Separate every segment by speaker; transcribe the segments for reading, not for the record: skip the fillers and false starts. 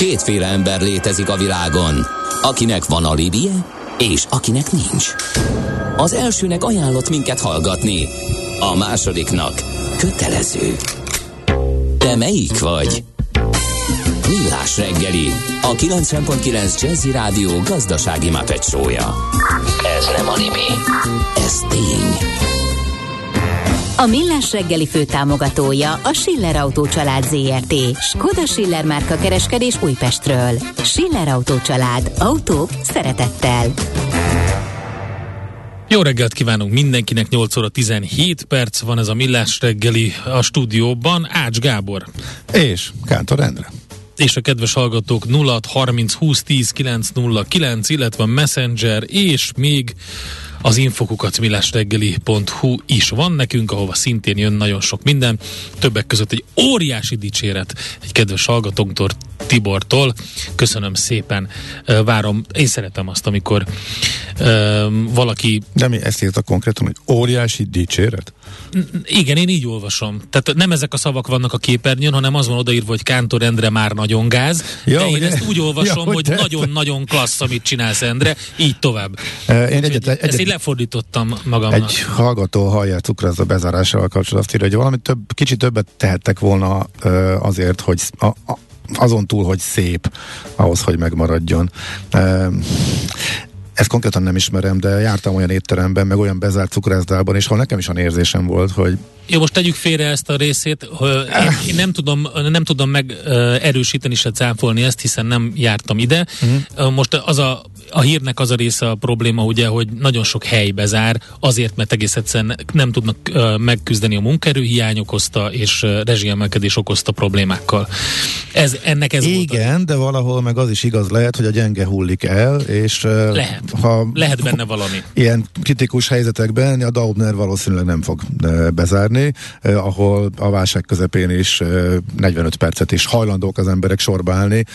Speaker 1: kétféle ember létezik a világon, akinek van alibije, és akinek nincs. Az elsőnek ajánlott minket hallgatni, a másodiknak kötelező. Te melyik vagy? Millás reggeli, a 90.9 Jazzy Rádió gazdasági Muppet show-ja. Ez nem anime, ez tény.
Speaker 2: A Millás reggeli főtámogatója a Schiller Autó család ZRT. Skoda Schiller márka kereskedés Újpestről. Schiller Autó család. Autók szeretettel.
Speaker 3: Jó reggelt kívánunk mindenkinek, 8 óra 17 perc van ez a Millás reggeli a stúdióban. Ács Gábor.
Speaker 4: És Kántor Endre.
Speaker 3: És a kedves hallgatók 0630 20 10 909, illetve a Messenger, és még az info@millásreggeli.hu is van nekünk, ahova szintén jön nagyon sok minden. Többek között egy óriási dicséret egy kedves hallgatónktól, Tibortól. Köszönöm szépen, várom. Én szeretem azt, amikor valaki...
Speaker 4: De mi ezt írta konkrétan, hogy óriási dicséret?
Speaker 3: Igen, én így olvasom. Tehát nem ezek a szavak vannak a képernyőn, hanem az van odaírva, hogy Kántor Endre már nagyon gáz.
Speaker 4: Ja,
Speaker 3: de én
Speaker 4: ugye?
Speaker 3: ezt úgy olvasom, hogy nagyon-nagyon klassz, amit csinálsz, Endre. Így tovább. Ezt így lefordítottam magamnak.
Speaker 4: Egy hallgató hallja cukrászda bezárásával kapcsolatban, hogy valamit kicsit többet tehettek volna azért, hogy azon túl, hogy szép, ahhoz, hogy megmaradjon. Ezt konkrétan nem ismerem, de jártam olyan étteremben, meg olyan bezárt cukrászdában, és ahol nekem is olyan érzésem volt, hogy...
Speaker 3: Jó, most tegyük félre ezt a részét. Én nem tudom meg erősíteni, se cáfolni ezt, hiszen nem jártam ide. Most a hírnek az a része a probléma, ugye, hogy nagyon sok hely bezár, azért, mert egész egyszerűen nem tudnak megküzdeni a munkaerőhiány okozta, és rezsiemelkedés okozta problémákkal. Ennek ez
Speaker 4: igen, volt de valahol meg az is igaz lehet, hogy a gyenge hullik el, és...
Speaker 3: Lehet benne valami.
Speaker 4: Ilyen kritikus helyzetekben a Daubner valószínűleg nem fog bezárni, ahol a válság közepén is 45 percet is hajlandók az emberek sorba állni,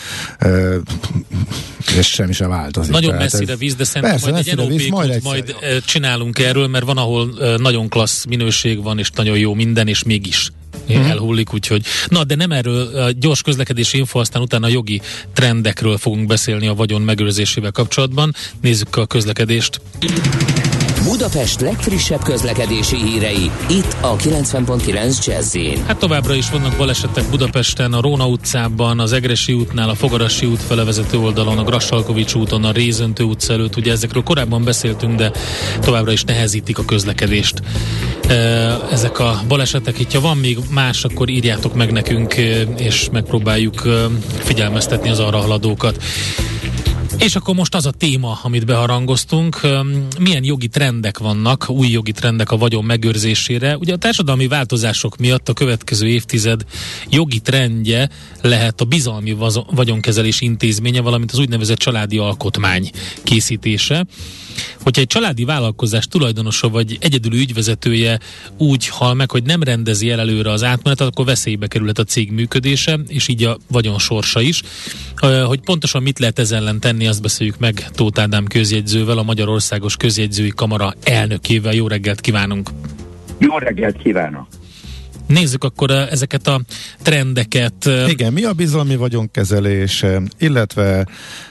Speaker 4: és semmi sem változik.
Speaker 3: Nagyon messzire víz, de szerintem majd egy NOP-t majd csinálunk erről, mert van, ahol nagyon klassz minőség van, és nagyon jó minden, és mégis elhullik, úgyhogy... Na, de nem erről, a gyors közlekedési info, aztán utána a jogi trendekről fogunk beszélni a vagyon megőrzésével kapcsolatban. Nézzük a közlekedést.
Speaker 1: Budapest legfrissebb közlekedési hírei, itt a 90.9 Jazz-in.
Speaker 3: Hát továbbra is vannak balesetek Budapesten, a Róna utcában, az Egressy útnál, a Fogarassi út fele vezető oldalon, a Grassalkovich úton, a Rézöntő utca előtt, ugye ezekről korábban beszéltünk, de továbbra is nehezítik a közlekedést. Ezek a balesetek, itt ha van még más, akkor írjátok meg nekünk, és megpróbáljuk figyelmeztetni az arra haladókat. És akkor most az a téma, amit beharangoztunk, milyen jogi trendek vannak, új jogi trendek a vagyon megőrzésére. Ugye a társadalmi változások miatt a következő évtized jogi trendje lehet a bizalmi vagyonkezelés intézménye, valamint az úgynevezett családi alkotmány készítése. Hogyha egy családi vállalkozás tulajdonosa vagy egyedüli ügyvezetője úgy hal meg, hogy nem rendezi el előre az átmenetet, akkor veszélybe kerülhet a cég működése, és így a vagyon sorsa is. Hogy pontosan mit lehet ezzel ellen tenni, azt beszéljük meg Tóth Ádám közjegyzővel, a Magyarországos Közjegyzői Kamara elnökével. Jó reggelt kívánunk!
Speaker 5: Jó reggelt kívánok!
Speaker 3: Nézzük akkor ezeket a trendeket.
Speaker 4: Igen, mi a bizalmi vagyonkezelés, illetve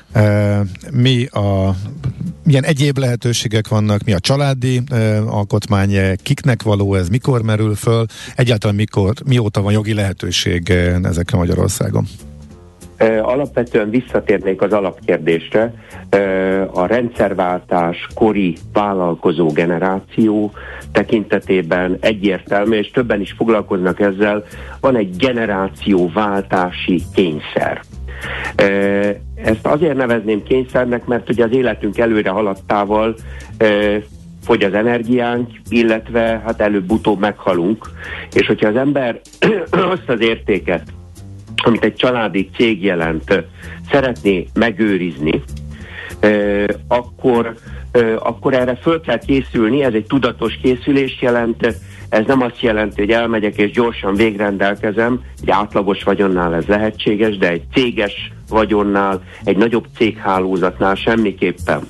Speaker 4: milyen egyéb lehetőségek vannak, mi a családi alkotmány, kiknek való ez, mikor merül föl, egyáltalán mióta van jogi lehetőség ezekre Magyarországon?
Speaker 5: Alapvetően visszatérnék az alapkérdésre. A rendszerváltás kori vállalkozó generáció tekintetében egyértelmű, és többen is foglalkoznak ezzel, van egy generációváltási kényszer. Ezt azért nevezném kényszernek, mert ugye az életünk előre haladtával fogy az energiánk, illetve hát előbb-utóbb meghalunk, és hogyha az ember azt az értéket, amit egy családi cég jelent, szeretné megőrizni, akkor erre föl kell készülni, ez egy tudatos készülést jelent, ez nem azt jelenti, hogy elmegyek és gyorsan végrendelkezem, egy átlagos vagyonnál ez lehetséges, de egy céges vagyonnál, egy nagyobb céghálózatnál semmiképpen.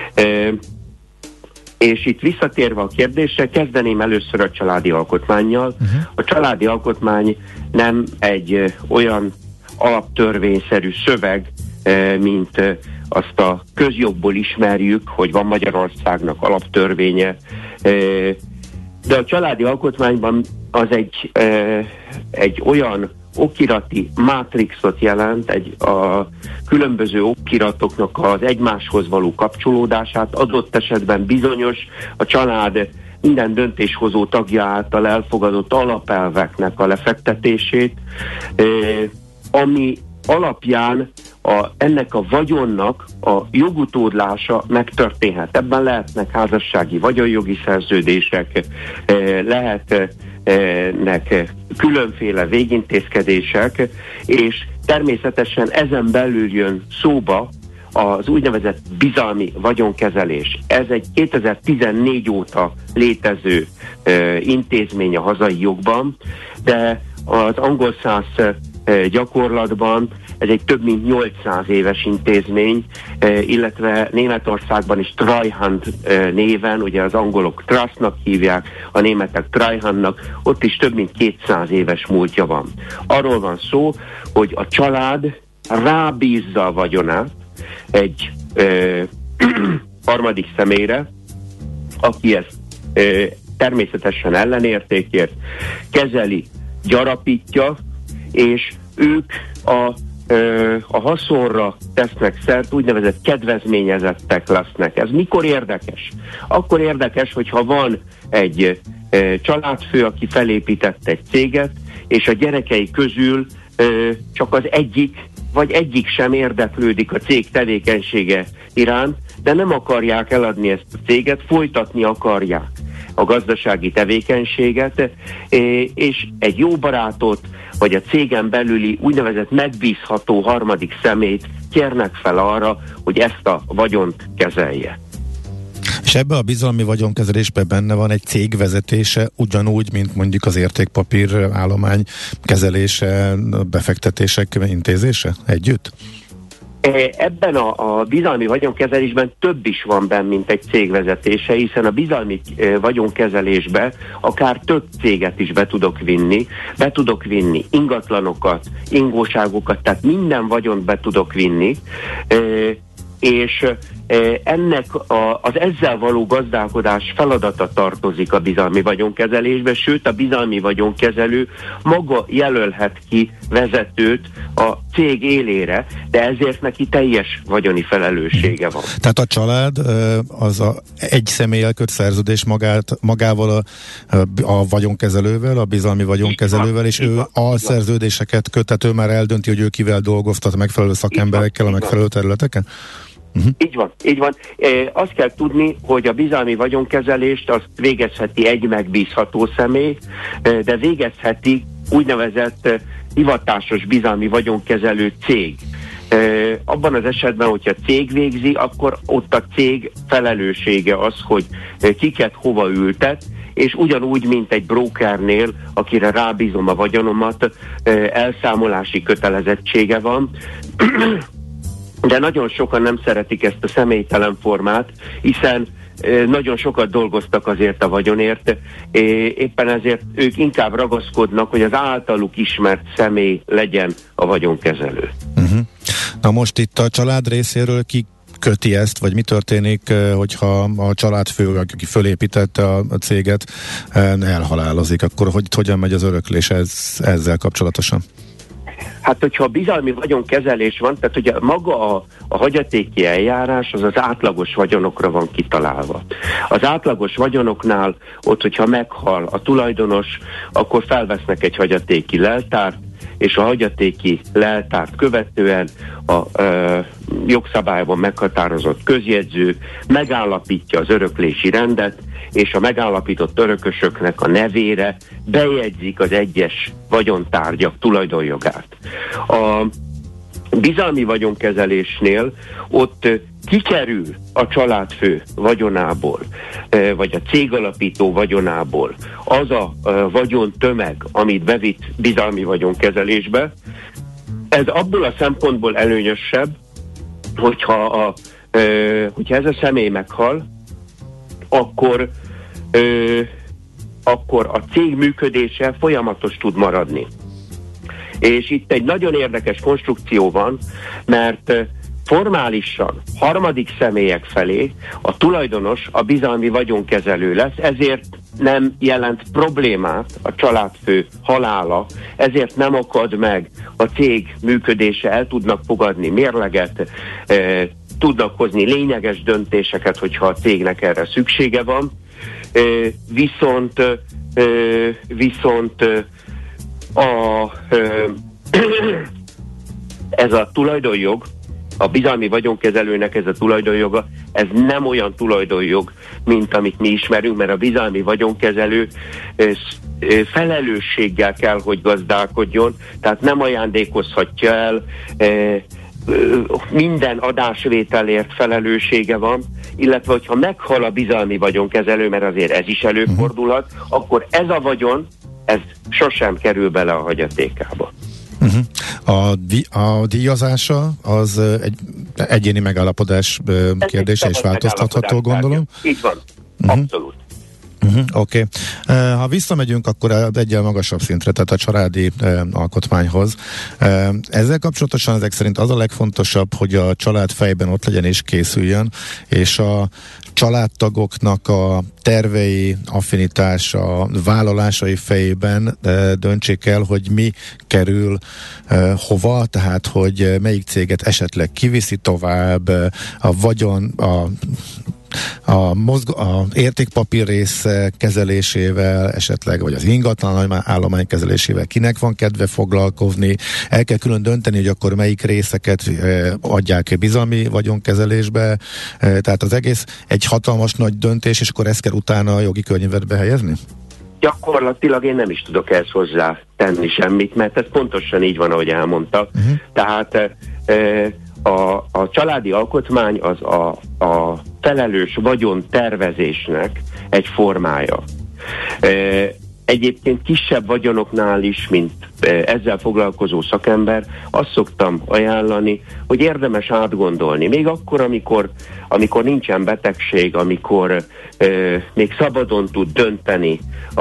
Speaker 5: És itt visszatérve a kérdésre, kezdeném először a családi alkotmánnyal. A családi alkotmány nem egy olyan alaptörvényszerű szöveg, mint azt a közjogból ismerjük, hogy van Magyarországnak alaptörvénye, de a családi alkotmányban az egy olyan okirati mátrixot jelent, a különböző okiratoknak az egymáshoz való kapcsolódását, adott esetben bizonyos a család minden döntéshozó tagja által elfogadott alapelveknek a lefektetését, ami alapján ennek a vagyonnak a jogutódlása megtörténhet. Ebben lehetnek házassági vagyonjogi szerződések, lehetnek különféle végintézkedések, és természetesen ezen belül jön szóba az úgynevezett bizalmi vagyonkezelés. Ez egy 2014 óta létező intézmény a hazai jogban, de az angol száz gyakorlatban ez egy több mint 800 éves intézmény, illetve Németországban is Treuhand néven, ugye az angolok Trustnak hívják, a németek Treuhandnak, ott is több mint 200 éves múltja van. Arról van szó, hogy a család rábízza a vagyonát egy harmadik személyre, aki ezt természetesen ellenértékért kezeli, gyarapítja, és ők a haszonra tesznek szert, úgynevezett kedvezményezettek lesznek. Ez mikor érdekes? Akkor érdekes, hogyha van egy családfő, aki felépített egy céget, és a gyerekei közül csak az egyik, vagy egyik sem érdeklődik a cég tevékenysége iránt, de nem akarják eladni ezt a céget, folytatni akarják a gazdasági tevékenységet, és egy jó barátot, vagy a cégen belüli úgynevezett megbízható harmadik személyt kérnek fel arra, hogy ezt a vagyont kezelje.
Speaker 4: És ebbe a bizalmi vagyonkezelésben benne van egy cég vezetése, ugyanúgy, mint mondjuk az értékpapír állomány kezelése, befektetések intézése együtt?
Speaker 5: Ebben a bizalmi vagyonkezelésben több is van benne, mint egy cég vezetése, hiszen a bizalmi vagyonkezelésbe akár több céget is be tudok vinni ingatlanokat, ingóságokat, tehát minden vagyont be tudok vinni, és ennek az ezzel való gazdálkodás feladata tartozik a bizalmi vagyonkezelésbe, sőt a bizalmi vagyonkezelő maga jelölhet ki vezetőt a cég élére, de ezért neki teljes vagyoni felelőssége van.
Speaker 4: Tehát a család az egy személlyel köt szerződés magával a vagyonkezelővel, a bizalmi vagyonkezelővel, és ő a szerződéseket köthető, már eldönti, hogy ő kivel dolgoztat, megfelelő szakemberekkel a megfelelő területeken?
Speaker 5: Így van. Azt kell tudni, hogy a bizalmi vagyonkezelést azt végezheti egy megbízható személy, de végezheti úgynevezett hivatásos bizalmi vagyonkezelő cég. Abban az esetben, hogyha cég végzi, akkor ott a cég felelőssége az, hogy kiket hova ültet, és ugyanúgy, mint egy brokernél, akire rábízom a vagyonomat, elszámolási kötelezettsége van, de nagyon sokan nem szeretik ezt a személytelen formát, hiszen nagyon sokat dolgoztak azért a vagyonért, éppen ezért ők inkább ragaszkodnak, hogy az általuk ismert személy legyen a vagyonkezelő.
Speaker 4: Na most itt a család részéről ki köti ezt, vagy mi történik, hogyha a családfő, aki fölépítette a céget, elhalálozik, akkor hogyan megy az öröklés ezzel kapcsolatosan?
Speaker 5: Hát, hogyha bizalmi vagyonkezelés van, tehát ugye maga a hagyatéki eljárás az átlagos vagyonokra van kitalálva. Az átlagos vagyonoknál ott, hogyha meghal a tulajdonos, akkor felvesznek egy hagyatéki leltárt, és a hagyatéki leltárt követően a jogszabályban meghatározott közjegyző megállapítja az öröklési rendet, és a megállapított örökösöknek a nevére bejegyzik az egyes vagyontárgyak tulajdonjogát. A bizalmi vagyonkezelésnél ott kikerül a családfő vagyonából, vagy a cégalapító vagyonából az a vagyontömeg, amit bevitt bizalmi vagyonkezelésbe. Ez abból a szempontból előnyösebb, hogyha ez a személy meghal, akkor a cég működése folyamatos tud maradni. És itt egy nagyon érdekes konstrukció van, mert formálisan harmadik személyek felé a tulajdonos a bizalmi vagyonkezelő lesz, ezért nem jelent problémát a családfő halála, ezért nem akad meg a cég működése, el tudnak fogadni mérleget, tudnak hozni lényeges döntéseket, hogyha a cégnek erre szüksége van, viszont ez a tulajdonjog, a bizalmi vagyonkezelőnek ez a tulajdonjoga, ez nem olyan tulajdonjog, mint amit mi ismerünk, mert a bizalmi vagyonkezelő felelősséggel kell, hogy gazdálkodjon, tehát nem ajándékozhatja el, minden adásvételért felelőssége van, illetve hogyha meghal a bizalmi vagyonkezelő, mert azért ez is előfordulhat, akkor ez a vagyon, ez sosem kerül bele a hagyatékába.
Speaker 4: A díjazása az egy egyéni megállapodás kérdése, és változtatható, gondolom?
Speaker 5: Így van, abszolút.
Speaker 4: Oké. Ha visszamegyünk, akkor egyel magasabb szintre, tehát a családi alkotmányhoz. Ezzel kapcsolatosan ezek szerint az a legfontosabb, hogy a család fejben ott legyen és készüljön, és a családtagoknak a tervei, affinitása, vállalásai fejében döntsék el, hogy mi kerül hova, tehát hogy melyik céget esetleg kiviszi tovább, a vagyon, a értékpapír rész kezelésével esetleg, vagy az ingatlan állomány kezelésével kinek van kedve foglalkozni. El kell külön dönteni, hogy akkor melyik részeket adják bizalmi vagyonkezelésbe. Tehát az egész egy hatalmas nagy döntés, és akkor ezt kell utána a jogi környezetbe helyezni?
Speaker 5: Gyakorlatilag én nem is tudok ehhez hozzá tenni semmit, mert ez pontosan így van, ahogy elmondta. Tehát a családi alkotmány az a felelős vagyon tervezésnek egy formája. Egyébként kisebb vagyonoknál is, mint ezzel foglalkozó szakember, azt szoktam ajánlani, hogy érdemes átgondolni. Még akkor, amikor nincsen betegség, amikor még szabadon tud dönteni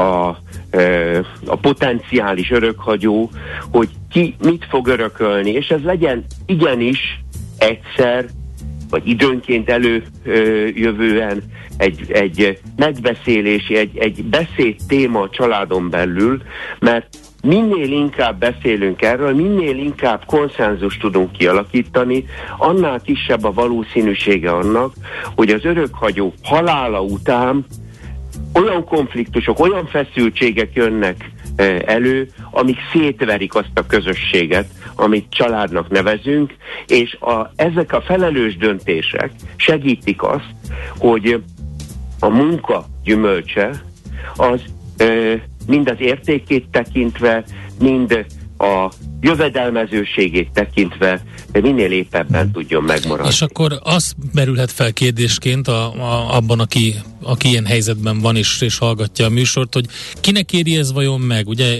Speaker 5: a potenciális örökhagyó, hogy ki mit fog örökölni, és ez legyen igenis egyszer, vagy időnként előjövően egy megbeszélési, egy beszéd téma a családon belül, mert minél inkább beszélünk erről, minél inkább konszenzust tudunk kialakítani, annál kisebb a valószínűsége annak, hogy az örökhagyó halála után olyan konfliktusok, olyan feszültségek jönnek elő, amik szétverik azt a közösséget, amit családnak nevezünk, és ezek a felelős döntések segítik azt, hogy a munka gyümölcse az mind az értékét tekintve, mind a jövedelmezőségét tekintve minél épebben tudjon megmaradni. És
Speaker 3: akkor az merülhet fel kérdésként abban, aki ilyen helyzetben van és hallgatja a műsort, hogy kinek éri ez vajon meg? Ugye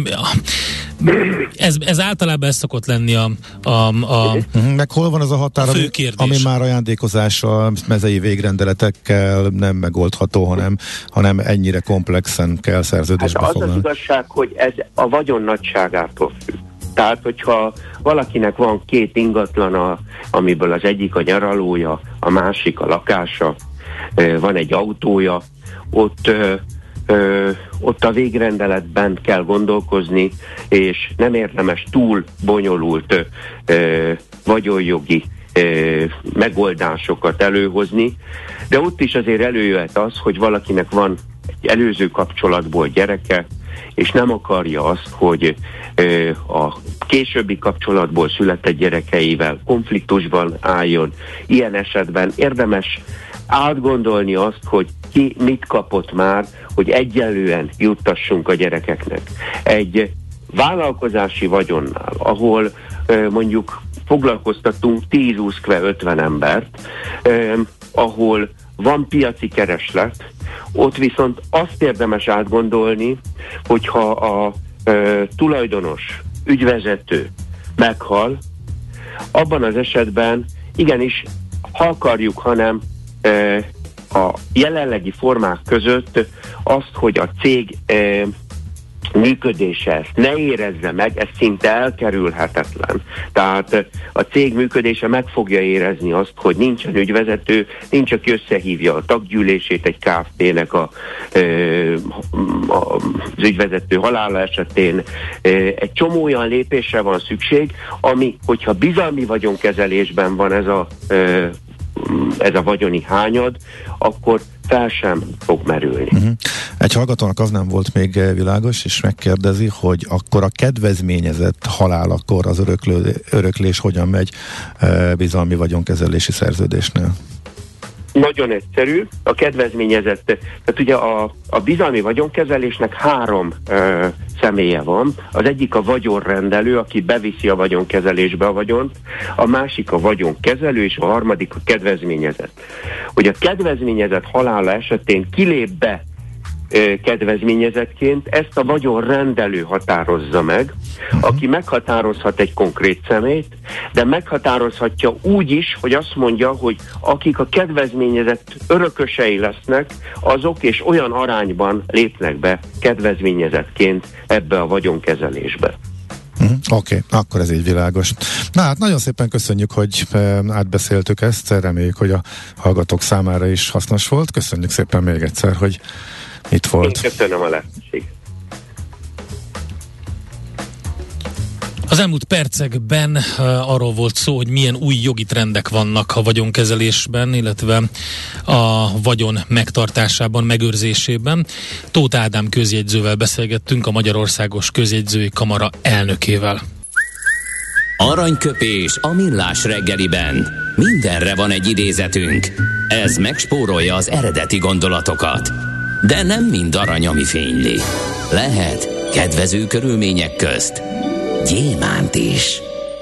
Speaker 3: ez általában ez szokott lenni
Speaker 4: meg hol van az a határ, ami már ajándékozással, mezei végrendeletekkel nem megoldható, hanem ennyire komplexen kell szerződésbe foglalni.
Speaker 5: Az igazság, hogy ez a vagyon nagyságától függ. Tehát, hogyha valakinek van 2 ingatlana, amiből az egyik a nyaralója, a másik a lakása, van egy autója, ott a végrendeletben kell gondolkozni, és nem érdemes túl bonyolult vagyonjogi megoldásokat előhozni, de ott is azért előjöhet az, hogy valakinek van egy előző kapcsolatból gyereke, és nem akarja azt, hogy a későbbi kapcsolatból született gyerekeivel konfliktusban álljon. Ilyen esetben érdemes átgondolni azt, hogy ki mit kapott már, hogy egyenlően juttassunk a gyerekeknek. Egy vállalkozási vagyonnál, ahol mondjuk foglalkoztatunk 10-20-50 embert, ahol van piaci kereslet, ott viszont azt érdemes átgondolni, hogyha a tulajdonos, ügyvezető meghal, abban az esetben igenis, ha akarjuk, hanem a jelenlegi formák között azt, hogy a cég működése ezt ne érezze meg, ez szinte elkerülhetetlen. Tehát a cég működése meg fogja érezni azt, hogy nincsen ügyvezető, nincs, aki összehívja a taggyűlését egy Kft-nek az ügyvezető halála esetén. Egy csomó olyan lépésre van szükség, ami, hogyha bizalmi vagyonkezelésben van ez a vagyoni hányad, akkor fel sem fog merülni.
Speaker 4: Egy hallgatónak az nem volt még világos, és megkérdezi, hogy akkor a kedvezményezett halálakor az öröklés hogyan megy bizalmi vagyonkezelési szerződésnél?
Speaker 5: Nagyon egyszerű. A kedvezményezett, tehát ugye a bizalmi vagyonkezelésnek 3 személye van. Az egyik a vagyonrendelő, aki beviszi a vagyonkezelésbe a vagyont, a másik a vagyonkezelő, és a harmadik a kedvezményezett. Hogy a kedvezményezett halála esetén kilép be kedvezményezettként, ezt a vagyonrendelő határozza meg, aki meghatározhat egy konkrét személyt, de meghatározhatja úgy is, hogy azt mondja, hogy akik a kedvezményezett örökösei lesznek, azok és olyan arányban lépnek be kedvezményezettként ebbe a vagyonkezelésbe.
Speaker 4: Oké, akkor ez így világos. Na hát nagyon szépen köszönjük, hogy átbeszéltük ezt, reméljük, hogy a hallgatók számára is hasznos volt. Köszönjük szépen még egyszer, hogy itt volt.
Speaker 5: Én köszönöm a lehetőséget.
Speaker 3: Az elmúlt percekben arról volt szó, hogy milyen új jogi trendek vannak a vagyonkezelésben, illetve a vagyon megtartásában, megőrzésében. Tóth Ádám közjegyzővel beszélgettünk, a Magyarországos Közjegyzői Kamara elnökével.
Speaker 1: Aranyköpés a Millás reggeliben. Mindenre van egy idézetünk. Ez megspórolja az eredeti gondolatokat. De nem mind arany, ami fényli. Lehet kedvező körülmények közt gyémánt is.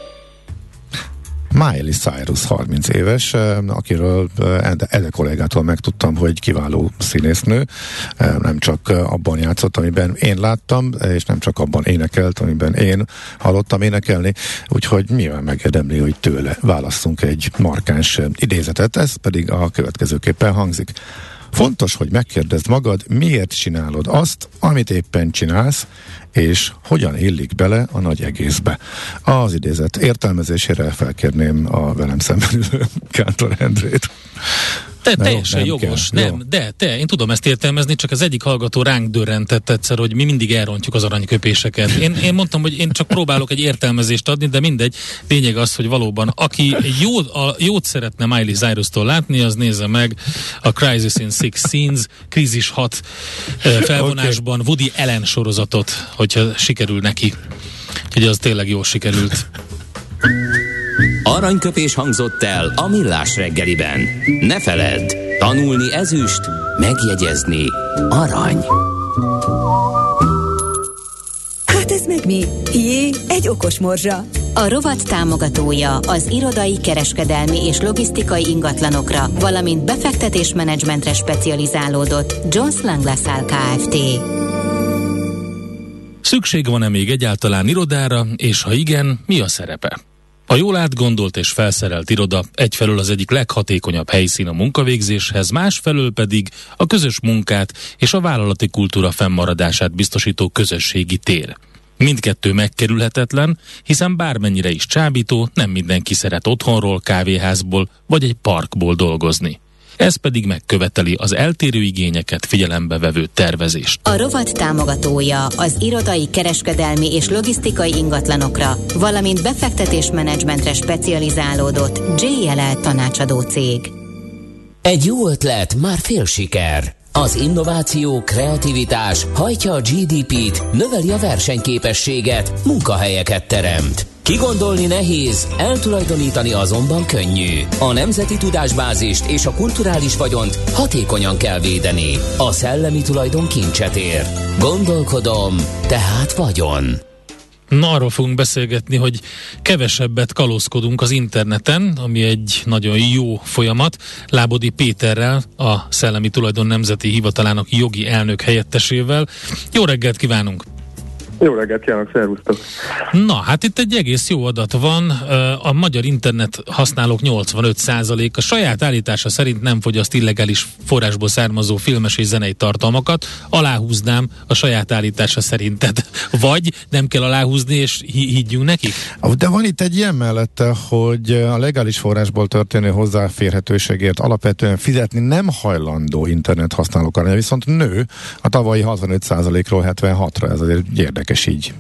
Speaker 4: Miley Cyrus 30 éves, akiről Ede kollégától megtudtam, hogy kiváló színésznő, nem csak abban játszott, amiben én láttam, és nem csak abban énekelt, amiben én hallottam énekelni, úgyhogy nyilván megérdemli, hogy tőle válasszunk egy markáns idézetet, ez pedig a következőképpen hangzik. Fontos, hogy megkérdezd magad, miért csinálod azt, amit éppen csinálsz, és hogyan illik bele a nagy egészbe. Az idézet értelmezésére felkérném a velem szemben ülő Kántor Endrét.
Speaker 3: Teljesen jogos. Én tudom ezt értelmezni, csak az egyik hallgató ránk dörrentett egyszer, hogy mi mindig elrontjuk az aranyköpéseket. Én mondtam, hogy én csak próbálok egy értelmezést adni, de mindegy. Lényeg az, hogy valóban aki jót szeretne Miley Cyrus-tól látni, az nézze meg a Crisis in 6 Scenes, Krízis 6 felvonásban Woody Allen sorozatot, hogyha sikerül neki. Úgyhogy az tényleg jól sikerült.
Speaker 1: Aranyköpés hangzott el a Millás reggeliben. Ne feledd, tanulni ezüst, megjegyezni arany.
Speaker 6: Hát ez meg mi? Jé, egy okos morzsa.
Speaker 2: A rovat támogatója az irodai, kereskedelmi és logisztikai ingatlanokra, valamint befektetésmenedzsmentre specializálódott Jones Lang LaSalle Kft.
Speaker 3: Szükség van-e még egyáltalán irodára, és ha igen, mi a szerepe? A jól átgondolt és felszerelt iroda egyfelől az egyik leghatékonyabb helyszín a munkavégzéshez, másfelől pedig a közös munkát és a vállalati kultúra fennmaradását biztosító közösségi tér. Mindkettő megkerülhetetlen, hiszen bármennyire is csábító, nem mindenki szeret otthonról, kávéházból vagy egy parkból dolgozni. Ez pedig megköveteli az eltérő igényeket figyelembe vevő tervezést.
Speaker 2: A rovat támogatója az irodai, kereskedelmi és logisztikai ingatlanokra, valamint befektetésmenedzsmentre specializálódott JLL tanácsadó cég.
Speaker 1: Egy jó ötlet már fél siker. Az innováció, kreativitás hajtja a GDP-t, növeli a versenyképességet, munkahelyeket teremt. Kigondolni nehéz, eltulajdonítani azonban könnyű. A nemzeti tudásbázist és a kulturális vagyont hatékonyan kell védeni. A szellemi tulajdon kincset ér. Gondolkodom, tehát vagyon.
Speaker 3: Na, arról fogunk beszélgetni, hogy kevesebbet kalózkodunk az interneten, ami egy nagyon jó folyamat. Lábodi Péterrel, a Szellemi Tulajdon Nemzeti Hivatalának jogi elnök helyettesével. Jó reggelt kívánunk!
Speaker 7: Jó reggelt kívánok, szervusztok!
Speaker 3: Na, hát itt egy egész jó adat van. A magyar internet használók 85%-a saját állítása szerint nem fogyaszt illegális forrásból származó filmes és zenei tartalmakat. Aláhúznám a saját állítása szerinted. Vagy nem kell aláhúzni, és higgyünk nekik?
Speaker 4: De van itt egy ilyen mellette, hogy a legális forrásból történő hozzáférhetőségért alapvetően fizetni nem hajlandó internet használók aránya, viszont nő a tavalyi 65%-ról 76-ra. Ez azért érdekes így.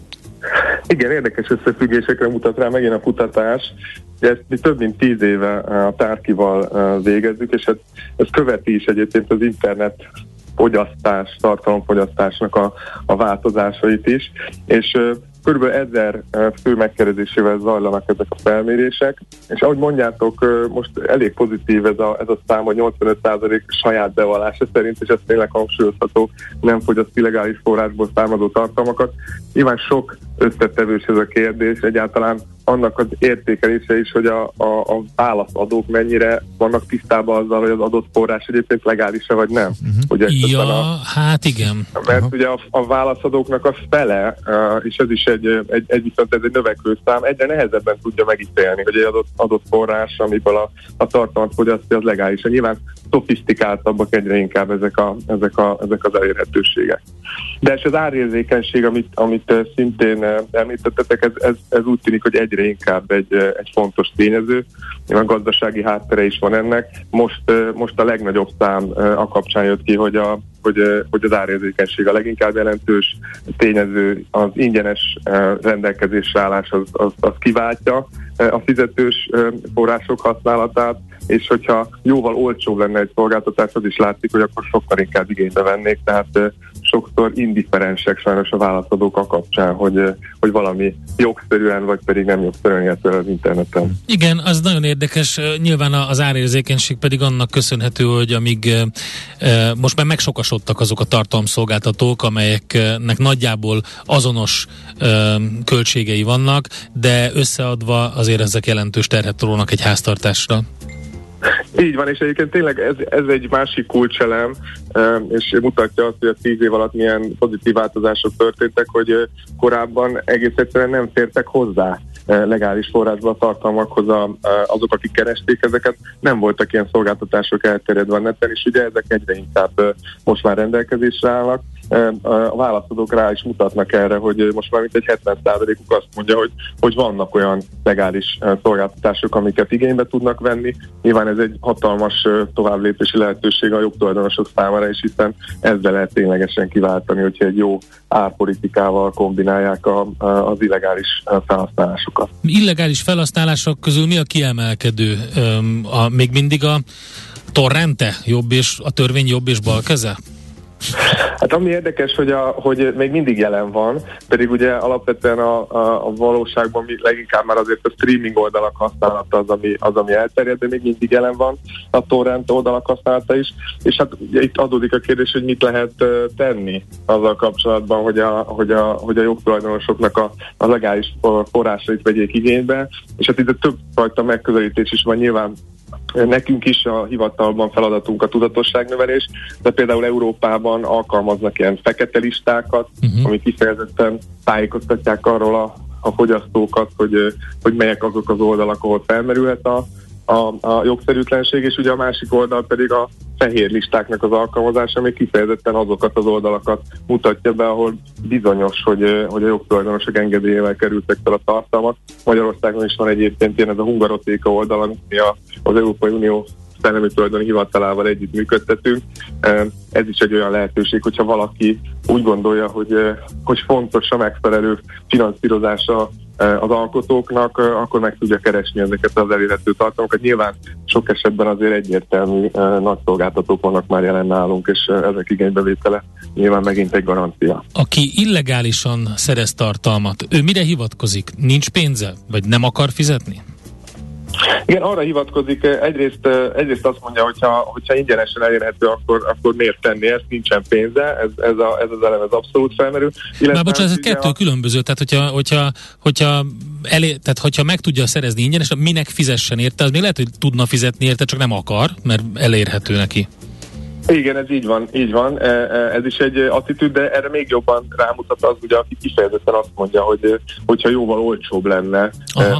Speaker 7: Igen, érdekes összefüggésekre mutat rá megint a kutatás. Ezt mi több mint 10 éve a Tárkival végezzük, és ez követi is egyébként az internet fogyasztás, tartalomfogyasztásnak a változásait is, és körülbelül 1000 fő megkérdezésével zajlanak ezek a felmérések, és ahogy mondjátok, most elég pozitív ez a szám, hogy 85% saját bevallása szerint, és ez tényleg hangsúlyozható, nem fogyaszt illegális forrásból származó tartalmakat. Nyilván sok összetevős ez a kérdés, egyáltalán annak az értékelése is, hogy a válaszadók mennyire vannak tisztában azzal, hogy az adott forrás egyébként legális-e vagy nem. Ugye
Speaker 3: hát igen.
Speaker 7: Mert ugye a válaszadóknak a fele, és ez is viszont ez egy növekvő szám, egyre nehezebben tudja megítélni, hogy egy adott forrás, amiből a tartalmat fogyasztja, az legális. Nyilván szofisztikáltabbak egyre inkább ezek az elérhetőségek. De és az árérzékenység, amit szintén említettetek, ez úgy tűnik, hogy egyre inkább egy fontos tényező. Nyilván gazdasági háttere is van ennek. Most a legnagyobb szám a kapcsán jött ki, hogy az árérzékenység a leginkább jelentős tényező, az ingyenes rendelkezésre állás az kiváltja a fizetős források használatát, és hogyha jóval olcsóbb lenne egy szolgáltatás, az is látszik, hogy akkor sokkal inkább igénybe vennék, tehát sokszor indifferensek sajnos a válaszadók a kapcsán, hogy valami jogszerűen, vagy pedig nem jogszerűen érte az interneten.
Speaker 3: Igen, az nagyon érdekes. Nyilván az árérzékenység pedig annak köszönhető, hogy amíg most már megsokasodtak azok a tartalomszolgáltatók, amelyeknek nagyjából azonos költségei vannak, de összeadva azért ezek jelentős terhet rónak egy háztartásra.
Speaker 7: Így van, és egyébként tényleg ez egy másik kulcselem, és mutatja azt, hogy a 10 év alatt milyen pozitív változások történtek, hogy korábban egész egyszerűen nem fértek hozzá legális forrásban a tartalmakhoz azok, akik keresték ezeket, nem voltak ilyen szolgáltatások elterjedve a neten, és ugye ezek egyre inkább most már rendelkezésre állnak. A válaszadók rá is mutatnak erre, hogy most már mintegy 70%-uk azt mondja, hogy vannak olyan legális szolgáltatások, amiket igénybe tudnak venni. Nyilván ez egy hatalmas továbblépési lehetőség a jogtulajdonosok számára, és hiszen ezzel lehet ténylegesen kiváltani, hogyha egy jó árpolitikával kombinálják az illegális felhasználásokat.
Speaker 3: Illegális felhasználások közül mi a kiemelkedő? Még mindig a torrente jobb és a törvény jobb és bal keze?
Speaker 7: Hát ami érdekes, hogy még mindig jelen van, pedig ugye alapvetően a valóságban leginkább már azért a streaming oldalak használata az, ami elterjed, de még mindig jelen van a torrent oldalak használata is, és hát ugye itt adódik a kérdés, hogy mit lehet tenni azzal kapcsolatban, hogy a jogtulajdonosoknak a legális forrásait vegyék igénybe, és hát itt több fajta megközelítés is van nyilván. Nekünk is a hivatalban feladatunk a tudatosságnövelés, de például Európában alkalmaznak ilyen fekete listákat, amik kifejezetten tájékoztatják arról a fogyasztókat, hogy melyek azok az oldalak, ahol felmerülhet a jogszerűtlenség, és ugye a másik oldal pedig a fehér listáknak az alkalmazása, ami kifejezetten azokat az oldalakat mutatja be, ahol bizonyos, hogy a jogtulajdonosok engedélyével kerültek fel a tartalmak. Magyarországon is van egyébként ilyen ez a Hungarotéka oldal, ami az Európai Unió Szellemi Tulajdoni Hivatalával együtt működtetünk. Ez is egy olyan lehetőség, hogyha valaki úgy gondolja, hogy fontos a megfelelő finanszírozása az alkotóknak, akkor meg tudja keresni ezeket az elérhető tartalmakat. Nyilván sok esetben azért egyértelmű nagy szolgáltatók vannak már jelen nálunk, és ezek igénybevétele nyilván megint egy garancia. Aki
Speaker 3: illegálisan szerez tartalmat, ő mire hivatkozik? Nincs pénze? Vagy nem akar fizetni?
Speaker 7: Igen, arra hivatkozik, egyrészt azt mondja, hogyha ingyenesen elérhető, akkor miért tenni ezt, nincsen pénze, ez az elem, ez abszolút felmerül.
Speaker 3: Már bocsánat, ez kettő különböző, tehát hogyha meg tudja szerezni ingyenesen, minek fizessen érte, az még lehet, hogy tudna fizetni érte, csak nem akar, mert elérhető neki.
Speaker 7: Igen, ez így van. Ez is egy attitűd, de erre még jobban rámutat az, ugye, aki kifejezetten azt mondja, hogy hogyha jóval olcsóbb lenne,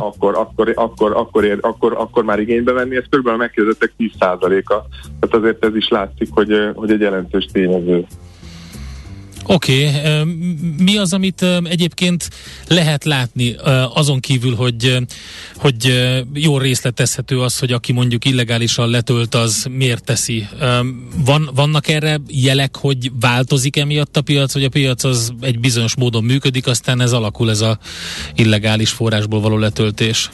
Speaker 7: akkor már igénybe venni. Ez kb. A megkérdezettek 10%-a. Tehát azért ez is látszik, hogy egy jelentős tényező.
Speaker 3: Oké. Mi az, amit egyébként lehet látni azon kívül, hogy jól részletezhető az, hogy aki mondjuk illegálisan letölt, az miért teszi? Vannak erre jelek, hogy változik emiatt a piac, vagy a piac az egy bizonyos módon működik, aztán ez alakul, ez a illegális forrásból való letöltés?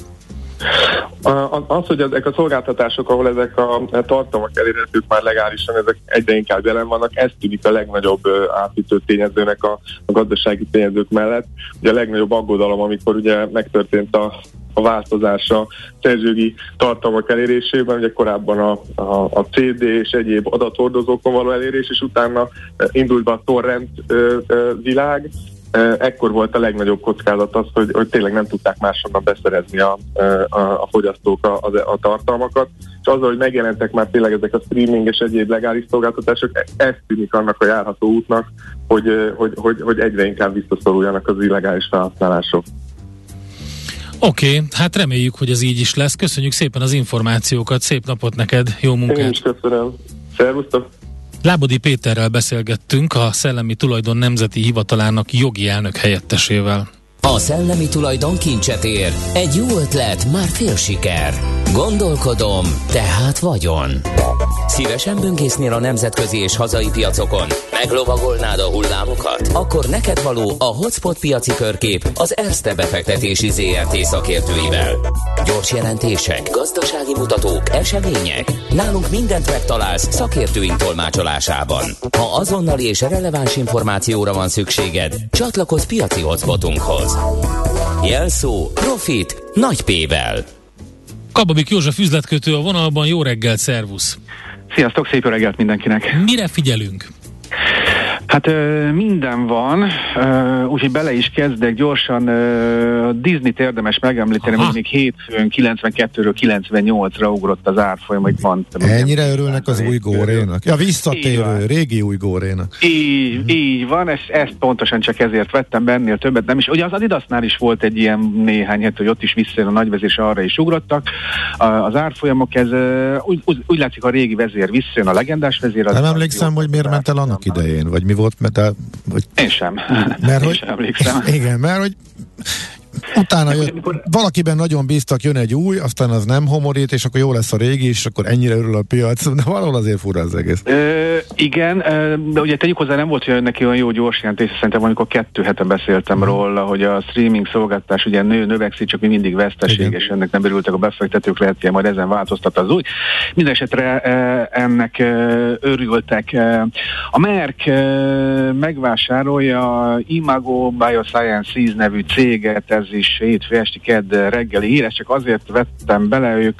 Speaker 7: Az, hogy ezek a szolgáltatások, ahol ezek a tartalmak elérhetők már legálisan, ezek egyre inkább jelen vannak, ez tűnik a legnagyobb átütő tényezőnek a gazdasági tényezők mellett. Ugye a legnagyobb aggodalom, amikor ugye megtörtént a változás a szerzőgi tartalmak elérésében, ugye korábban a CD és egyéb adathordozókon való elérés, és utána indult be a torrent világ. Ekkor volt a legnagyobb kockázat az, hogy tényleg nem tudták máshonnan beszerezni a fogyasztók a tartalmakat, és azzal, hogy megjelentek már tényleg ezek a streaming és egyéb legális szolgáltatások, ez tűnik annak a járható útnak, hogy egyre inkább visszaszoruljanak az illegális felhasználások.
Speaker 3: Oké, hát reméljük, hogy ez így is lesz. Köszönjük szépen az információkat, szép napot neked, jó munkát!
Speaker 7: Én is köszönöm. Szervusztok!
Speaker 3: Lábodi Péterrel beszélgettünk, a Szellemi Tulajdon Nemzeti Hivatalának jogi elnök helyettesével.
Speaker 1: A szellemi tulajdon kincset ér. Egy jó ötlet, már fél siker. Gondolkodom, tehát vagyon. Szívesen böngésznél a nemzetközi és hazai piacokon? Meglovagolnád a hullámokat? Akkor neked való a Hotspot piaci körkép az Erste befektetési ZRT szakértőivel. Gyors jelentések, gazdasági mutatók, események. Nálunk mindent megtalálsz szakértőink tolmácsolásában. Ha azonnali és releváns információra van szükséged, csatlakozz piaci hotspotunkhoz. Jelszó Profit nagy P-vel.
Speaker 3: Kababik József üzletkötő a vonalban, jó reggelt, szervusz!
Speaker 8: Sziasztok, szép jó reggelt mindenkinek!
Speaker 3: Mire figyelünk?
Speaker 8: Hát minden van, úgyhogy bele is kezdek gyorsan. Disneyt érdemes megemlíteni, hogy még hétfőn 92-ről 98-ra ugrott az árfolyam, hogy van.
Speaker 4: Ennyire örülnek az új górénak? Ja, visszatérő, régi új górénak.
Speaker 8: Így van, ezt pontosan csak ezért vettem, bennél többet nem is. Ugye az Adidasnál is volt egy ilyen néhány hét, hogy ott is visszajön a nagyvezér, és arra is ugrottak. Az árfolyamok, ez úgy látszik, a régi vezér visszajön, a legendás vezér.
Speaker 4: Nem emlékszem, hogy miért ment el annak idején, vagy mi volt,
Speaker 8: Én sem.
Speaker 4: Mert hogy,
Speaker 8: emlékszem.
Speaker 4: Igen, mert hogy utána valakiben nagyon bíztak, jön egy új, aztán az nem homorít, és akkor jó lesz a régi, és akkor ennyire örül a piac, de valahol azért fura az egész.
Speaker 8: Igen, de ugye tegyük hozzá, nem volt neki olyan jó gyors jelentés, szerintem amikor 2 hete beszéltem róla, hogy a streaming szolgáltatás ugye növekszik, csak mindig veszteséges, ennek nem örültek a befektetők, lehet, hogy majd ezen változtat az új. Mindenesetre ennek örültek. A Merck megvásárolja Imago Biosciences nevű céget, ez is hétfő esti kedd reggeli hír, csak azért vettem bele, ők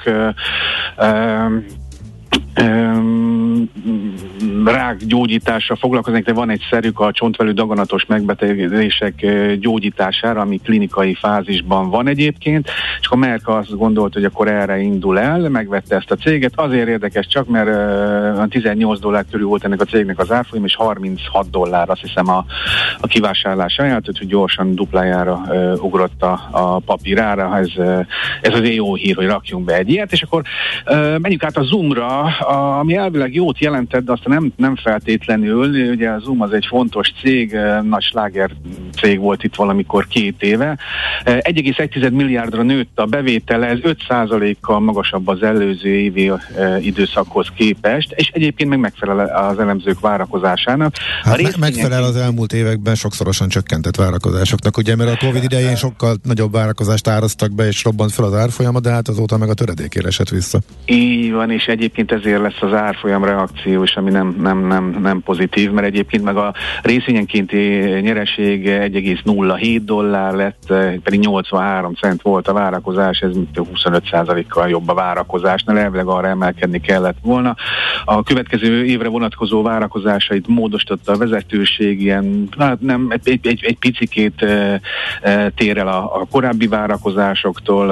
Speaker 8: rákgyógyításra foglalkoznak, de van egy szerük a csontvelő daganatos megbetegedések gyógyítására, ami klinikai fázisban van egyébként, és akkor Merck azt gondolt, hogy akkor erre indul el, megvette ezt a céget. Azért érdekes csak, mert $18 körül volt ennek a cégnek az árfolyam, és $36 azt hiszem a kivásárlás ajánlott, hogy gyorsan duplájára ugrott a papírára. Ez az jó hír, hogy rakjunk be egy ilyet, és akkor menjünk át a Zoomra, ami elvileg jót jelentett, de aztán nem feltétlenül. Ugye a Zoom az egy fontos cég, nagy sláger cég volt itt valamikor 2 éve. 1,1 milliárdra nőtt a bevétele, ez 5%-kal magasabb az előző évi időszakhoz képest, és egyébként meg megfelel az elemzők várakozásának.
Speaker 4: Hát megfelel az elmúlt években sokszorosan csökkentett várakozásoknak, ugye, mert a Covid idején sokkal nagyobb várakozást árasztak be, és robbant fel az árfolyama, de hát azóta meg a töredékére esett vissza. Így van, és egyébként ezért lesz az árfolyam reakció is, ami nem pozitív, mert egyébként meg a részvényenkénti nyereség $1,07 lett, pedig 83 cent volt a várakozás, ez 25%-kal jobb a várakozásnál, elvileg arra emelkedni kellett volna. A következő évre vonatkozó várakozásait módosította a vezetőség, ilyen, hát nem, egy picikét tér el a korábbi várakozásoktól,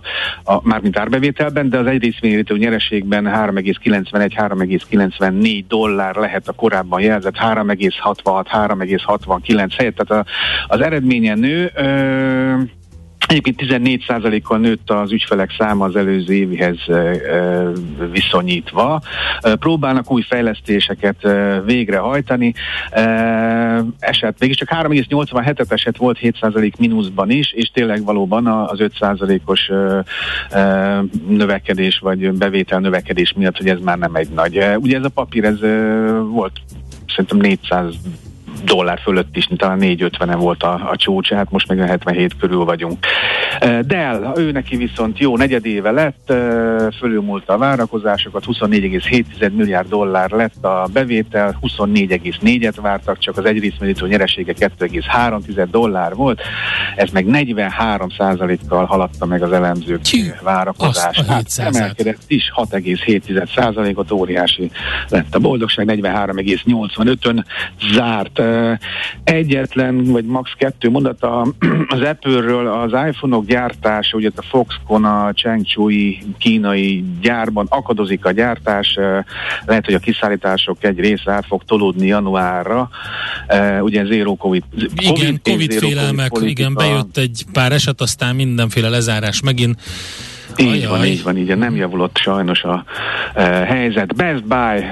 Speaker 4: mármint árbevételben, de az egy részvényérítő nyereségben $3,91-3,94
Speaker 8: $4 lehet a korábban jelzett 3,66, 3,69 helyett, tehát az eredménye nő. Egyébként 14%-kal nőtt az ügyfelek száma az előző évihez viszonyítva. Próbálnak új fejlesztéseket végrehajtani. Végig csak 3,87-et eset volt 7% mínuszban is, és tényleg valóban az 5%-os növekedés, vagy bevétel növekedés miatt, hogy ez már nem egy nagy. Ugye ez a papír, ez volt szerintem $400 fölött is, talán 450-en volt a csúcs, hát most meg 77 körül vagyunk. Dell, ő neki viszont jó negyedéve lett, fölülmúlta a várakozásokat, $24,7 milliárd lett a bevétel, 24,4-et vártak, csak az egyrészmerítő nyeresége $2,3 volt, ez meg 43%-kal haladta meg az elemzők várakozását. Emelkedett is 6,7%-ot, óriási lett a boldogság, 43,85-ön zárt. Egyetlen, vagy max. 2 mondata az Apple-ről, az iPhone-ok gyártása, ugye a Foxconn, a Changchui kínai gyárban akadozik a gyártás, lehet, hogy a kiszállítások egy része át fog tolódni januárra, ugye zero Covid.
Speaker 3: Igen, Covid félelmek, igen, bejött egy pár eset, aztán mindenféle lezárás megint.
Speaker 8: Így van, így nem javulott sajnos a helyzet. Best Buy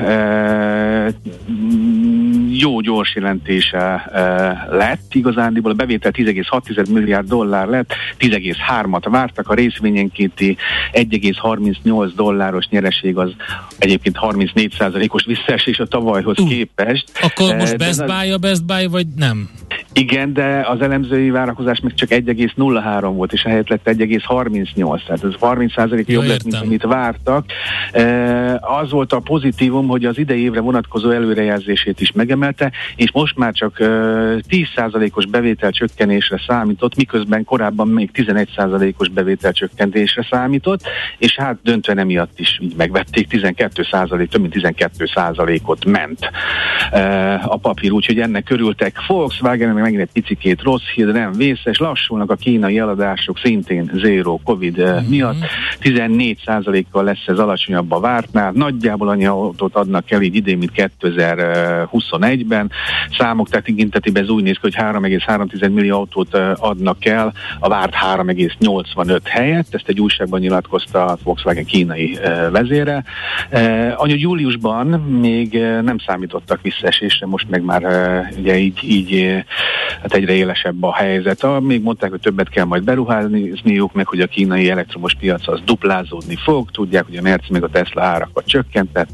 Speaker 8: jó gyors jelentése lett, igazándiból a bevétel $10,6 milliárd lett, 10,3-at vártak, a részvényenkénti $1,38 nyereség az egyébként 34%-os visszaesés a tavalyhoz képest.
Speaker 3: Akkor most Best Buy, vagy nem?
Speaker 8: Igen, de az elemzői várakozás meg csak 1,03 volt, és ehelyett lett 1,38, tehát ez 30% jobb lett, mint amit vártak. Az volt a pozitívum, hogy az idei évre vonatkozó előrejelzését is megemelte, és most már csak 10%-os bevételcsökkenésre számított, miközben korábban még 11%-os bevételcsökkentésre számított, és hát döntően emiatt is így megvették, 12%, több mint 12%-ot ment a papír, úgyhogy ennek körültek. Volkswagen megint egy picikét rossz hír, de nem vészes, lassulnak a kínai eladások szintén zero Covid miatt, 14%-kal lesz ez alacsonyabb a vártnál, nagyjából annyi autót adnak el így idén, mint 2021-ben, számok tekintetében ez úgy néz ki, hogy 3,3 millió autót adnak el a várt 3,85 helyett, ezt egy újságban nyilatkozta a Volkswagen kínai vezére. Anyag júliusban még nem számítottak visszaesésre, most meg már ugye így hát egyre élesebb a helyzet. Még mondták, hogy többet kell majd beruházniuk, meg hogy a kínai elektromos piac az duplázódni fog, tudják, hogy a Merci meg a Tesla árakat csökkentett.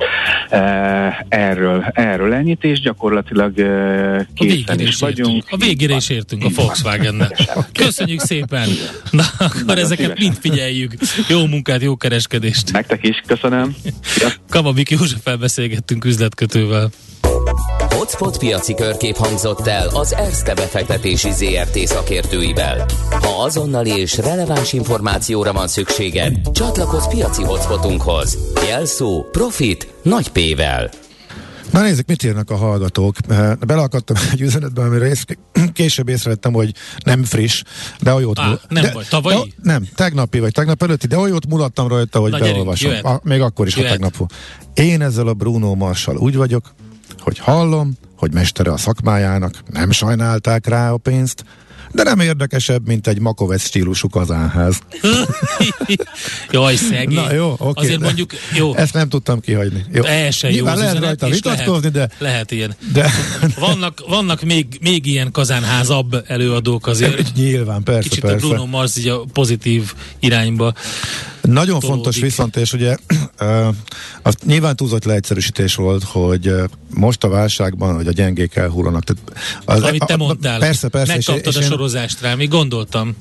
Speaker 8: Erről ennyit, és gyakorlatilag készen is vagyunk.
Speaker 3: A végére is értünk a Volkswagennel. Köszönjük szépen! Na, akkor ezeket mind figyeljük. Jó munkát, jó kereskedést!
Speaker 8: Nektek is, köszönöm!
Speaker 3: Kavabik Józseffel beszélgettünk, üzletkötővel.
Speaker 1: Hotspot piaci körkép hangzott el az Erste befektetési ZRT szakértőivel. Ha azonnali és releváns információra van szükséged, csatlakozz piaci hotspotunkhoz. Jelszó Profit nagy P-vel.
Speaker 4: Na nézzük, mit írnak a hallgatók. Beleakadtam egy üzenetbe, amire később észrevettem, hogy nem friss, de olyót...
Speaker 3: tavalyi?
Speaker 4: Nem, tegnapi vagy tegnap előtti, de olyót mulattam rajta, hogy beolvasom. Még akkor is, ha tegnap volt. Én ezzel a Bruno Marssal úgy vagyok, hogy hallom, hogy mestere a szakmájának, nem sajnálták rá a pénzt, de nem érdekesebb, mint egy Makovec stílusú kazánház.
Speaker 3: Jaj, szegény.
Speaker 4: Na jó, oké.
Speaker 3: Azért mondjuk, jó.
Speaker 4: Ezt nem tudtam kihagyni. Jó.
Speaker 3: Nyilván
Speaker 4: lehet rajta vitatkozni, de...
Speaker 3: Lehet ilyen. De... vannak még ilyen kazánházabb előadók azért.
Speaker 4: Nyilván, persze,
Speaker 3: kicsit
Speaker 4: persze.
Speaker 3: a Bruno Mars így a pozitív irányba
Speaker 4: nagyon fontos viszont, és ugye az nyilván túlzott leegyszerűsítés volt, hogy most a válságban, hogy a gyengék elhullanak.
Speaker 3: Amit te mondtál.
Speaker 4: Persze.
Speaker 3: Megkaptad a sorozást rá, még gondoltam.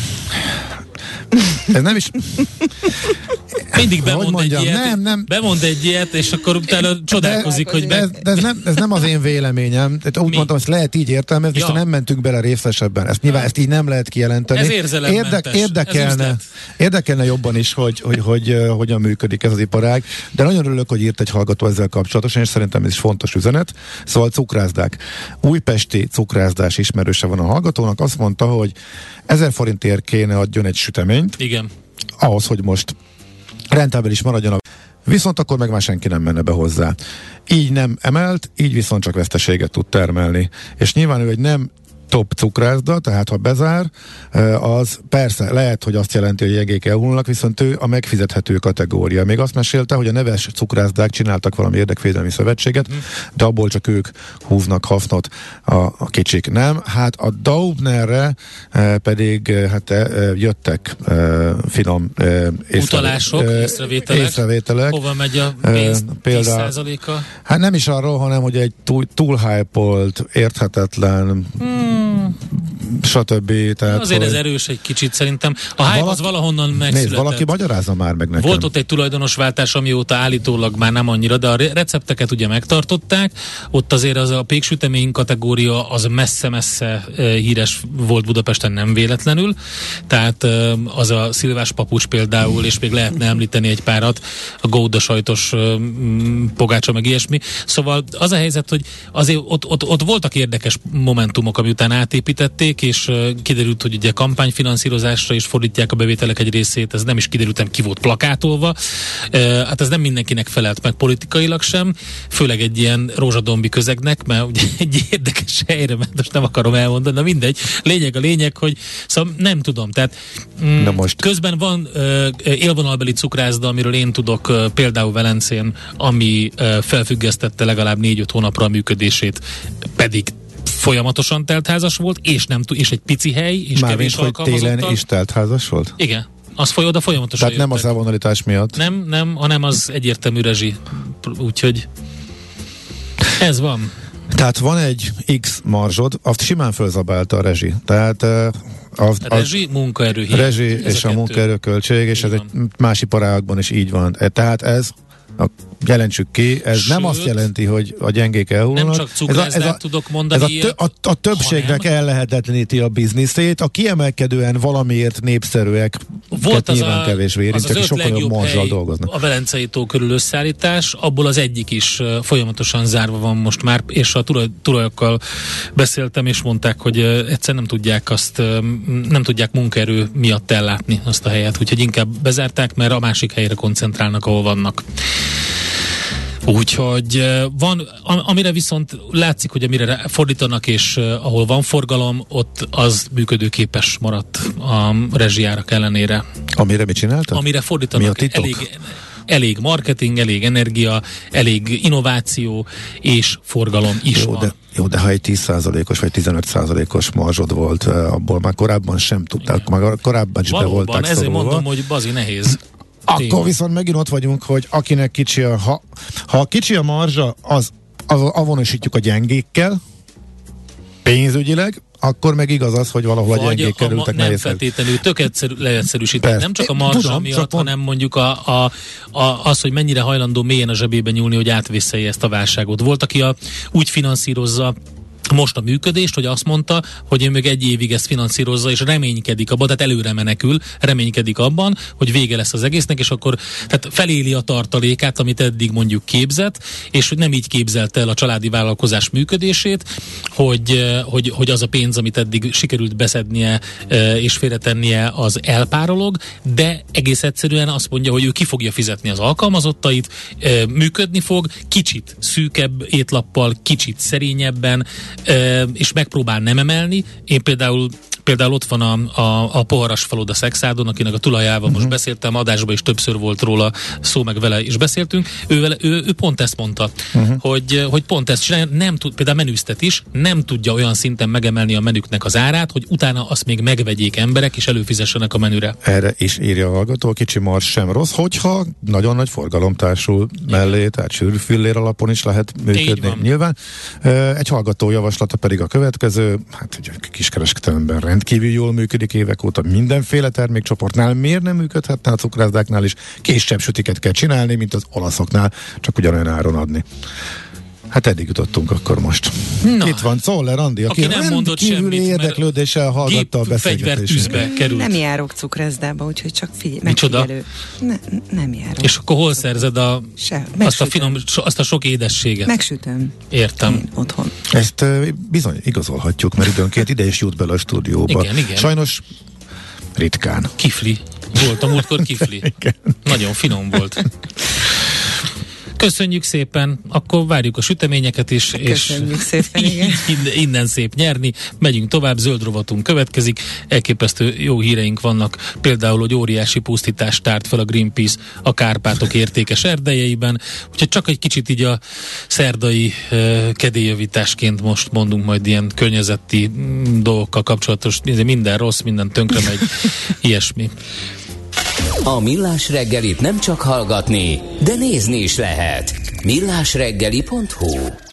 Speaker 4: Ez nem is...
Speaker 3: Mindig bemond egy ilyet, bemond egy ilyet, és akkor utána csodálkozik, hogy...
Speaker 4: Ez nem az én véleményem. Úgy mondtam, ezt lehet így értelmezni, és nem mentünk bele részesebben. Ezt így nem lehet kijelenteni.
Speaker 3: Ez érzelemmentes.
Speaker 4: Érdekelne jobban is, hogy hogyan működik ez az iparág, de nagyon örülök, hogy írt egy hallgató ezzel kapcsolatosan, és szerintem ez is fontos üzenet. Szóval cukrászdák. Újpesti cukrászdás ismerőse van a hallgatónak, azt mondta, hogy 1000 forintért kéne adjon egy süteményt.
Speaker 3: Igen.
Speaker 4: Ahhoz, hogy most rentábilis maradjon a viszont akkor meg már senki nem menne be hozzá. Így nem emelt, így viszont csak veszteséget tud termelni. És nyilván ő egy nem top cukrászda, tehát ha bezár, az persze lehet, hogy azt jelenti, hogy jegyék elhullanak, viszont ő a megfizethető kategória. Még azt mesélte, hogy a neves cukrászdák csináltak valami érdekvédelmi szövetséget, de abból csak ők húznak hasznot, a kicsik nem. Hát a Daubnerre pedig jöttek finom
Speaker 3: utalások, észrevételek. Hova megy a pénz? 10%-a?
Speaker 4: Hát nem is arról, hanem hogy egy túl hype-olt, érthetetlen stb. Tehát,
Speaker 3: azért ez erős egy kicsit szerintem. A hype az valahonnan megszületett.
Speaker 4: Nézd, valaki magyarázza már meg nekem.
Speaker 3: Volt ott egy tulajdonosváltás, amióta állítólag már nem annyira, de a recepteket ugye megtartották. Ott azért az a péksütemény kategória az messze-messze híres volt Budapesten, nem véletlenül. Tehát az a szilvás papucs például, és még lehetne említeni egy párat, a gouda sajtos pogácsa, meg ilyesmi. Szóval az a helyzet, hogy azért ott voltak érdekes momentumok, ami után átépítették, és kiderült, hogy ugye kampányfinanszírozásra is fordítják a bevételek egy részét, ez nem is kiderült, ki volt plakátolva. Hát ez nem mindenkinek felelt meg politikailag sem, főleg egy ilyen rózsadombi közegnek, mert ugye egy érdekes helyre, mert most nem akarom elmondani, de mindegy. Lényeg, hogy szóval nem tudom, tehát közben van élvonalbeli cukrászda, amiről én tudok, például Velencén, ami felfüggesztette legalább 4-5 hónapra a működését, pedig folyamatosan teltházas volt, és egy pici hely, és
Speaker 4: már
Speaker 3: kevés alkalmazottal.
Speaker 4: Télen is teltházas volt?
Speaker 3: Igen. Az oda folyamatosan
Speaker 4: tehát jöttek. Nem a szezonalitás miatt?
Speaker 3: Nem, hanem az egyértelmű rezsi. Úgyhogy ez van.
Speaker 4: Tehát van egy X marzsod, azt simán fölzabálta a rezsi. Tehát
Speaker 3: rezsi, munkaerő hiány.
Speaker 4: Rezsi és a munkaerőköltség, és ez egy más iparágban is így van. Tehát ez jelentsük ki, ez sőt, nem azt jelenti, hogy a gyengék elhullanak.
Speaker 3: Nem csak cukrászdát tudok mondani.
Speaker 4: Ez a többségnek ellehetetleníti a bizniszét, a kiemelkedően valamiért népszerűek
Speaker 3: volt
Speaker 4: nyilván kevésbé érintek, és sokkal jobb marzsal dolgoznak.
Speaker 3: A Velencei tó körül összeállítás, abból az egyik is folyamatosan zárva van most már, és a tulajokkal beszéltem, és mondták, hogy egyszer nem tudják munkaerő miatt ellátni azt a helyet, úgyhogy inkább bezárták, mert a másik helyre koncentrálnak, ahol vannak. Úgyhogy van, amire viszont látszik, hogy amire fordítanak, és ahol van forgalom, ott az működőképes maradt a rezsijárak ellenére.
Speaker 4: Amire mit csináltak?
Speaker 3: Amire fordítanak, elég marketing, elég energia, elég innováció és forgalom is van.
Speaker 4: De ha egy 10%-os vagy 15%-os marzsod volt, abból már korábban sem tudták, már korábban is be voltak
Speaker 3: ezért mondom, hogy bazi nehéz.
Speaker 4: Akkor viszont megint ott vagyunk, hogy akinek kicsi ha kicsi a marzsa, az avonosítjuk a gyengékkel, pénzügyileg, akkor meg igaz az, hogy valahol a gyengék kerültek
Speaker 3: nehéz. Nem feltétlenül, tök leegyszerűsíteni. Nem csak a marzsa miatt, hanem mondjuk az, hogy mennyire hajlandó mélyen a zsebébe nyúlni, hogy átvészelje ezt a válságot. Volt, aki úgy finanszírozza most a működést, hogy azt mondta, hogy ő még egy évig ezt finanszírozza, és reménykedik abban, tehát előre menekül, reménykedik abban, hogy vége lesz az egésznek, és akkor tehát feléli a tartalékát, amit eddig mondjuk képzett, és hogy nem így képzelte el a családi vállalkozás működését, hogy az a pénz, amit eddig sikerült beszednie és félretennie, az elpárolog, de egész egyszerűen azt mondja, hogy ő ki fogja fizetni az alkalmazottait, működni fog, kicsit szűkebb étlappal, kicsit szerényebben, és megpróbál nem emelni. Én például ott van a Poharas Faluda Szexádon, akinek a tulajával most beszéltem, adásban is többször volt róla szó, meg vele is beszéltünk. Ő pont ezt mondta, hogy pont ezt csinálja, nem tud, például menüztet is, nem tudja olyan szinten megemelni a menüknek az árát, hogy utána azt még megvegyék emberek, és előfizessenek a menüre.
Speaker 4: Erre is írja a hallgató, a kicsi marzs sem rossz, hogyha nagyon nagy forgalom társul mellé, tehát sűrű fillér alapon is lehet működni. Nyilván. Egy hallgató javaslata pedig a következő, hát ugye kiskereskedelemben rendkívül jól működik évek óta mindenféle termékcsoportnál, miért nem működhetne a cukrászdáknál is? Kisebb sütiket kell csinálni, mint az olaszoknál, csak ugyanolyan áron adni. Hát eddig jutottunk akkor most.
Speaker 3: Na,
Speaker 4: itt van Czoller Andi, aki
Speaker 3: nem mondott semmit,
Speaker 4: érdeklődéssel hallgatta a beszélgetésünket.
Speaker 3: Került.
Speaker 6: Nem járok cukrászdába, úgyhogy csak megfigyelő. Nem járok.
Speaker 3: És akkor hol szerzed azt a sok édességet?
Speaker 6: Megsütöm.
Speaker 3: Értem.
Speaker 6: Én otthon.
Speaker 4: Ezt bizony igazolhatjuk, mert időnként ide is jut bele a stúdióba.
Speaker 3: Igen.
Speaker 4: Sajnos ritkán.
Speaker 3: Kifli. Volt a múltkor kifli. Nagyon finom volt. Köszönjük szépen, akkor várjuk a süteményeket is.
Speaker 6: Köszönjük szépen, igen.
Speaker 3: Innen szép nyerni. Megyünk tovább, zöld rovatunk következik. Elképesztő jó híreink vannak. Például, hogy óriási pusztítást tárt fel a Greenpeace a Kárpátok értékes erdejeiben. Úgyhogy csak egy kicsit így a szerdai kedélyjavításként most mondunk majd ilyen környezeti dolgokkal kapcsolatos, minden rossz, minden tönkre megy, ilyesmi.
Speaker 1: A Millás reggelit nem csak hallgatni, de nézni is lehet. millásreggeli.hu